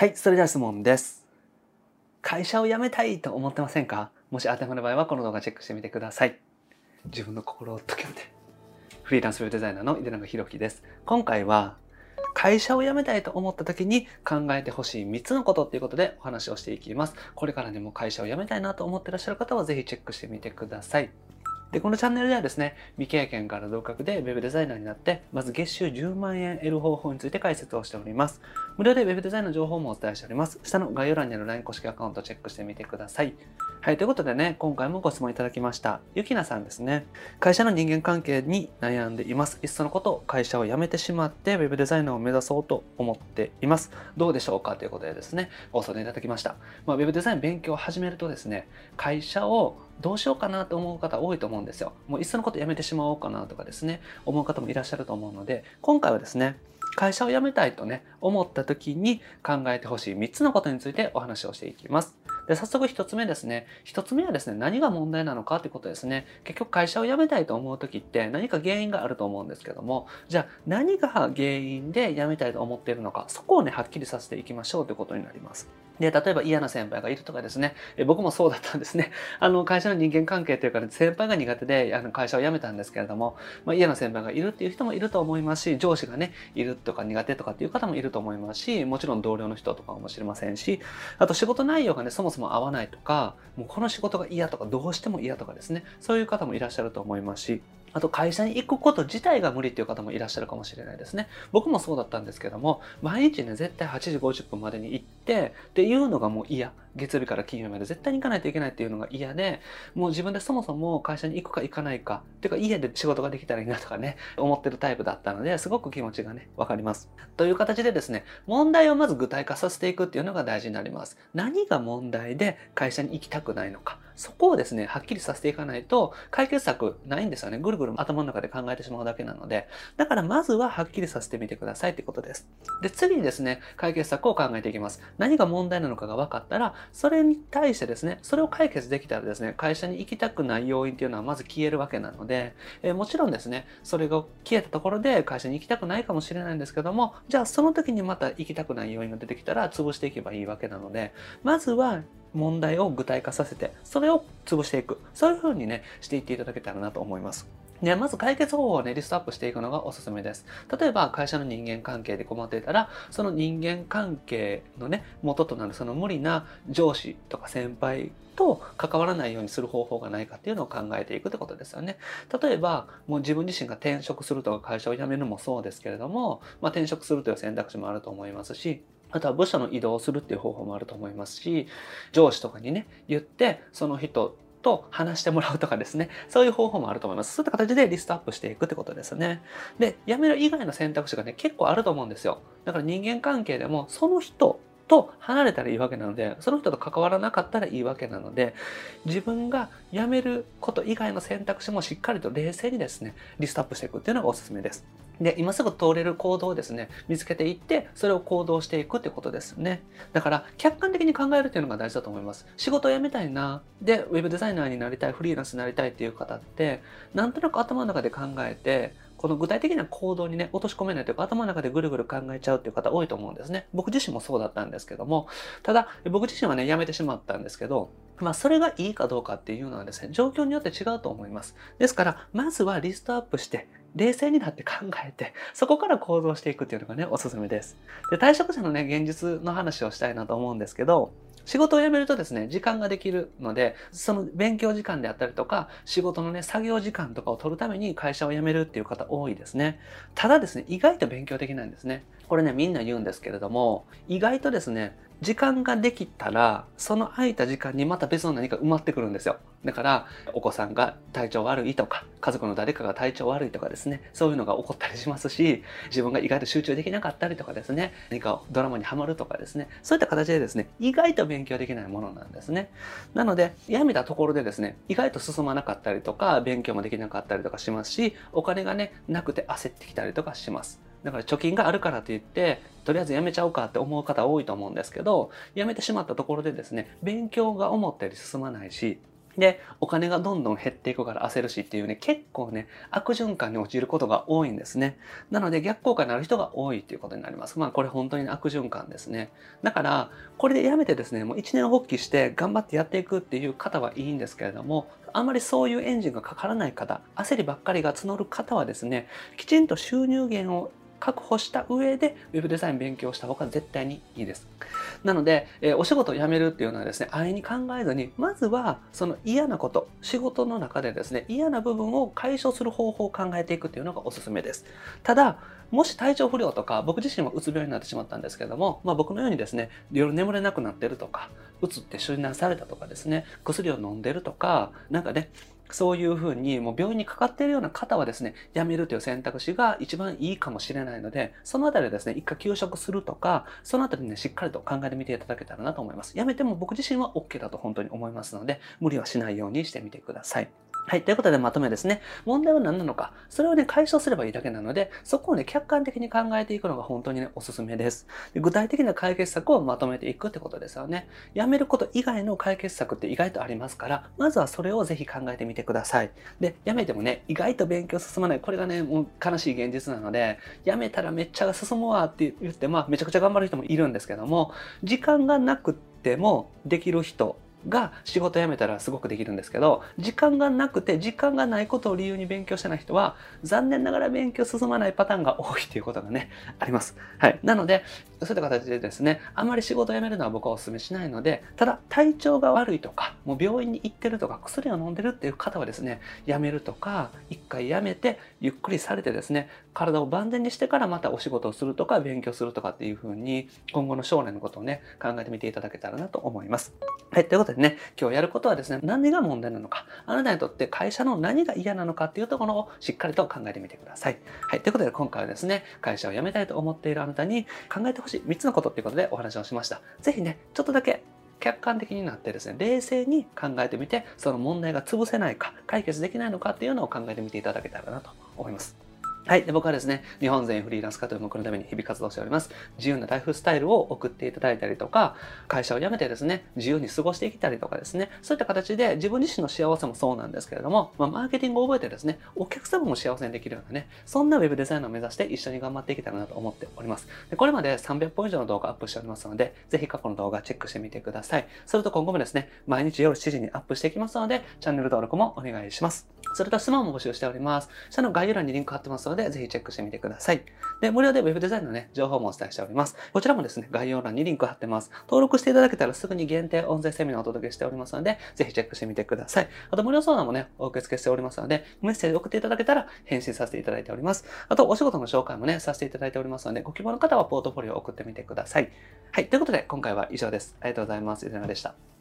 はい、それでは質問です。会社を辞めたいと思ってませんか？もし当てはまる場合はこの動画チェックしてみてください。自分の心を解けて。フリーランスウェブデザイナーの井出永弘樹です。今回は会社を辞めたいと思った時に考えてほしい3つのことっていうことでお話をしていきます。これからでも会社を辞めたいなと思ってらっしゃる方はぜひチェックしてみてください。で、このチャンネルではですね、未経験から同格で Web デザイナーになって、まず月収10万円得る方法について解説をしております。無料で Web デザインの情報もお伝えしております。下の概要欄にある LINE 公式アカウントをチェックしてみてください。はい、ということでね、今回もご質問いただきました。ゆきなさんですね。会社の人間関係に悩んでいます。いっそのこと、会社を辞めてしまって Web デザイナーを目指そうと思っています。どうでしょうかということでですね、ご相談いただきました。Web デザイン勉強を始めるとですね、会社をどうしようかなと思う方多いと思うんですよ。もういっそのことやめてしまおうかなとかですね、思う方もいらっしゃると思うので、今回はですね、会社を辞めたいとね、思った時に考えてほしい3つのことについてお話をしていきます。で、早速1つ目ですね。1つ目はですね、何が問題なのかということですね。結局会社を辞めたいと思う時って何か原因があると思うんですけども、じゃあ何が原因で辞めたいと思っているのか、そこをね、はっきりさせていきましょうということになります。で、例えば嫌な先輩がいるとかですね、僕もそうだったんですね。会社の人間関係というか、ね、先輩が苦手で会社を辞めたんですけれども、嫌な先輩がいるっていう人もいると思いますし、上司がね、いるとか苦手とかっていう方もいると思いますし、もちろん同僚の人とかもしれませんし、あと仕事内容がね、そもそも合わないとか、もうこの仕事が嫌とか、どうしても嫌とかですね、そういう方もいらっしゃると思いますし、あと会社に行くこと自体が無理っていう方もいらっしゃるかもしれないですね。僕もそうだったんですけども、毎日ね、絶対8時50分までに行ってっていうのがもう嫌。月曜日から金曜日まで絶対に行かないといけないっていうのが嫌で、もう自分でそもそも会社に行くか行かないか、っていうか家で仕事ができたらいいなとかね、思ってるタイプだったので、すごく気持ちがね、わかります。という形でですね、問題をまず具体化させていくっていうのが大事になります。何が問題で会社に行きたくないのか。そこをですね、はっきりさせていかないと、解決策ないんですよね。ぐるぐる頭の中で考えてしまうだけなので。だからまずははっきりさせてみてくださいってことです。で、次にですね、解決策を考えていきます。何が問題なのかが分かったら、それに対してですね、それを解決できたらですね、会社に行きたくない要因っていうのはまず消えるわけなので、もちろんですね、それが消えたところで会社に行きたくないかもしれないんですけども、じゃあその時にまた行きたくない要因が出てきたら潰していけばいいわけなので、まずは問題を具体化させて、それを潰していく。そういう風にね、していっていただけたらなと思います。で、まず解決方法をね、リストアップしていくのがおすすめです。例えば、会社の人間関係で困っていたら、その人間関係のね、元となるその無理な上司とか先輩と関わらないようにする方法がないかっていうのを考えていくってことですよね。例えば、もう自分自身が転職するとか会社を辞めるのもそうですけれども、転職するという選択肢もあると思いますし、あとは部署の移動をするっていう方法もあると思いますし、上司とかにね、言って、その人と話してもらうとかですね、そういう方法もあると思います。そういった形でリストアップしていくってことですね。で、辞める以外の選択肢がね、結構あると思うんですよ。だから人間関係でも、その人と離れたらいいわけなので、その人と関わらなかったらいいわけなので、自分が辞めること以外の選択肢もしっかりと冷静にですね、リストアップしていくっていうのがおすすめです。で、今すぐ通れる行動をですね、見つけていって、それを行動していくってことですね。だから、客観的に考えるっていうのが大事だと思います。仕事を辞めたいな、で、ウェブデザイナーになりたい、フリーランスになりたいっていう方って、なんとなく頭の中で考えて、この具体的な行動にね、落とし込めないというか、頭の中でぐるぐる考えちゃうっていう方多いと思うんですね。僕自身もそうだったんですけども、ただ、僕自身はね、辞めてしまったんですけど、それがいいかどうかっていうのはですね、状況によって違うと思います。ですから、まずはリストアップして、冷静になって考えて、そこから行動していくっていうのがね、おすすめです。で、退職者のね、現実の話をしたいなと思うんですけど、仕事を辞めるとですね、時間ができるので、その勉強時間であったりとか、仕事のね、作業時間とかを取るために会社を辞めるっていう方多いですね。ただですね、意外と勉強的なんですね。これね、みんな言うんですけれども、意外とですね、時間ができたら、その空いた時間にまた別の何か埋まってくるんですよ。だから、お子さんが体調悪いとか、家族の誰かが体調悪いとかですね、そういうのが起こったりしますし、自分が意外と集中できなかったりとかですね、何かドラマにハマるとかですね、そういった形でですね、意外と勉強できないものなんですね。なので、辞めたところでですね、意外と進まなかったりとか、勉強もできなかったりとかしますし、お金がね、なくて焦ってきたりとかします。だから貯金があるからといって、とりあえず辞めちゃおうかって思う方多いと思うんですけど、辞めてしまったところでですね、勉強が思ったより進まないし、 で、お金がどんどん減っていくから焦るしっていうね、結構ね、悪循環に陥ることが多いんですね。なので逆効果になる人が多いっていうことになります。まあこれ本当に悪循環ですね。だから、これでやめてですね、もう一年発起して頑張ってやっていくっていう方はいいんですけれども、あまりそういうエンジンがかからない方、焦りばっかりが募る方はですね、きちんと収入源を確保した上で Web デザイン勉強した方が絶対にいいです。なので、お仕事を辞めるっていうのはですね、安易に考えずに、まずはその嫌なこと、仕事の中でですね、嫌な部分を解消する方法を考えていくっていうのがおすすめです。ただ、もし体調不良とか、僕自身もうつ病になってしまったんですけれども、僕のようにですね、夜眠れなくなってるとか、うつって診断されたとかですね、薬を飲んでるとか、なんかね、そういうふうにもう病院にかかっているような方はですね、辞めるという選択肢が一番いいかもしれないので、そのあたりでですね、一回休職するとか、そのあたりね、しっかりと考えてみていただけたらなと思います。辞めても僕自身は OK だと本当に思いますので、無理はしないようにしてみてください。はい。ということでまとめですね。問題は何なのか。それをね、解消すればいいだけなので、そこをね、客観的に考えていくのが本当にね、おすすめです。で具体的な解決策をまとめていくってことですよね。やめること以外の解決策って意外とありますから、まずはそれをぜひ考えてみてください。で、やめてもね、意外と勉強進まない。これがね、もう悲しい現実なので、やめたらめっちゃ進むわって言って、めちゃくちゃ頑張る人もいるんですけども、時間がなくってもできる人、が仕事辞めたらすごくできるんですけど、時間がなくて時間がないことを理由に勉強してない人は、残念ながら勉強進まないパターンが多いということがね、あります。はい。なので、そういった形でですね、あまり仕事を辞めるのは僕はお勧めしないので、ただ体調が悪いとか、もう病院に行ってるとか、薬を飲んでるっていう方はですね、辞めるとか、一回辞めて、ゆっくりされてですね、体を万全にしてからまたお仕事をするとか、勉強するとかっていう風に、今後の将来のことをね、考えてみていただけたらなと思います。はい。ということでね、今日やることはですね、何が問題なのか、あなたにとって会社の何が嫌なのかっていうところをしっかりと考えてみてください。はい。ということで今回はですね、会社を辞めたいと思っているあなたに考えてほしい3つのことっていうことでお話をしました。ぜひね、ちょっとだけ客観的になってですね、冷静に考えてみて、その問題が潰せないか、解決できないのかっていうのを考えてみていただけたらなと思います。はい。で、僕はですね、日本全員フリーランス化という目標のために日々活動しております。自由なライフスタイルを送っていただいたりとか、会社を辞めてですね、自由に過ごしていきたりとかですね、そういった形で自分自身の幸せもそうなんですけれども、マーケティングを覚えてですね、お客様も幸せにできるようなね、そんなウェブデザイナーを目指して一緒に頑張っていけたらなと思っております。でこれまで300本以上の動画アップしておりますので、ぜひ過去の動画チェックしてみてください。それと今後もですね、毎日夜7時にアップしていきますので、チャンネル登録もお願いします。それと質問も募集しております。下の概要欄にリンク貼ってますので、ぜひチェックしてみてください。で、無料で Web デザインのね、情報もお伝えしております。こちらもですね、概要欄にリンク貼ってます。登録していただけたらすぐに限定音声セミナーをお届けしておりますので、ぜひチェックしてみてください。あと無料相談もね、お受け付けしておりますので、メッセージ送っていただけたら返信させていただいております。あとお仕事の紹介もね、させていただいておりますので、ご希望の方はポートフォリオを送ってみてください。はい、ということで今回は以上です。ありがとうございます。いずれでした。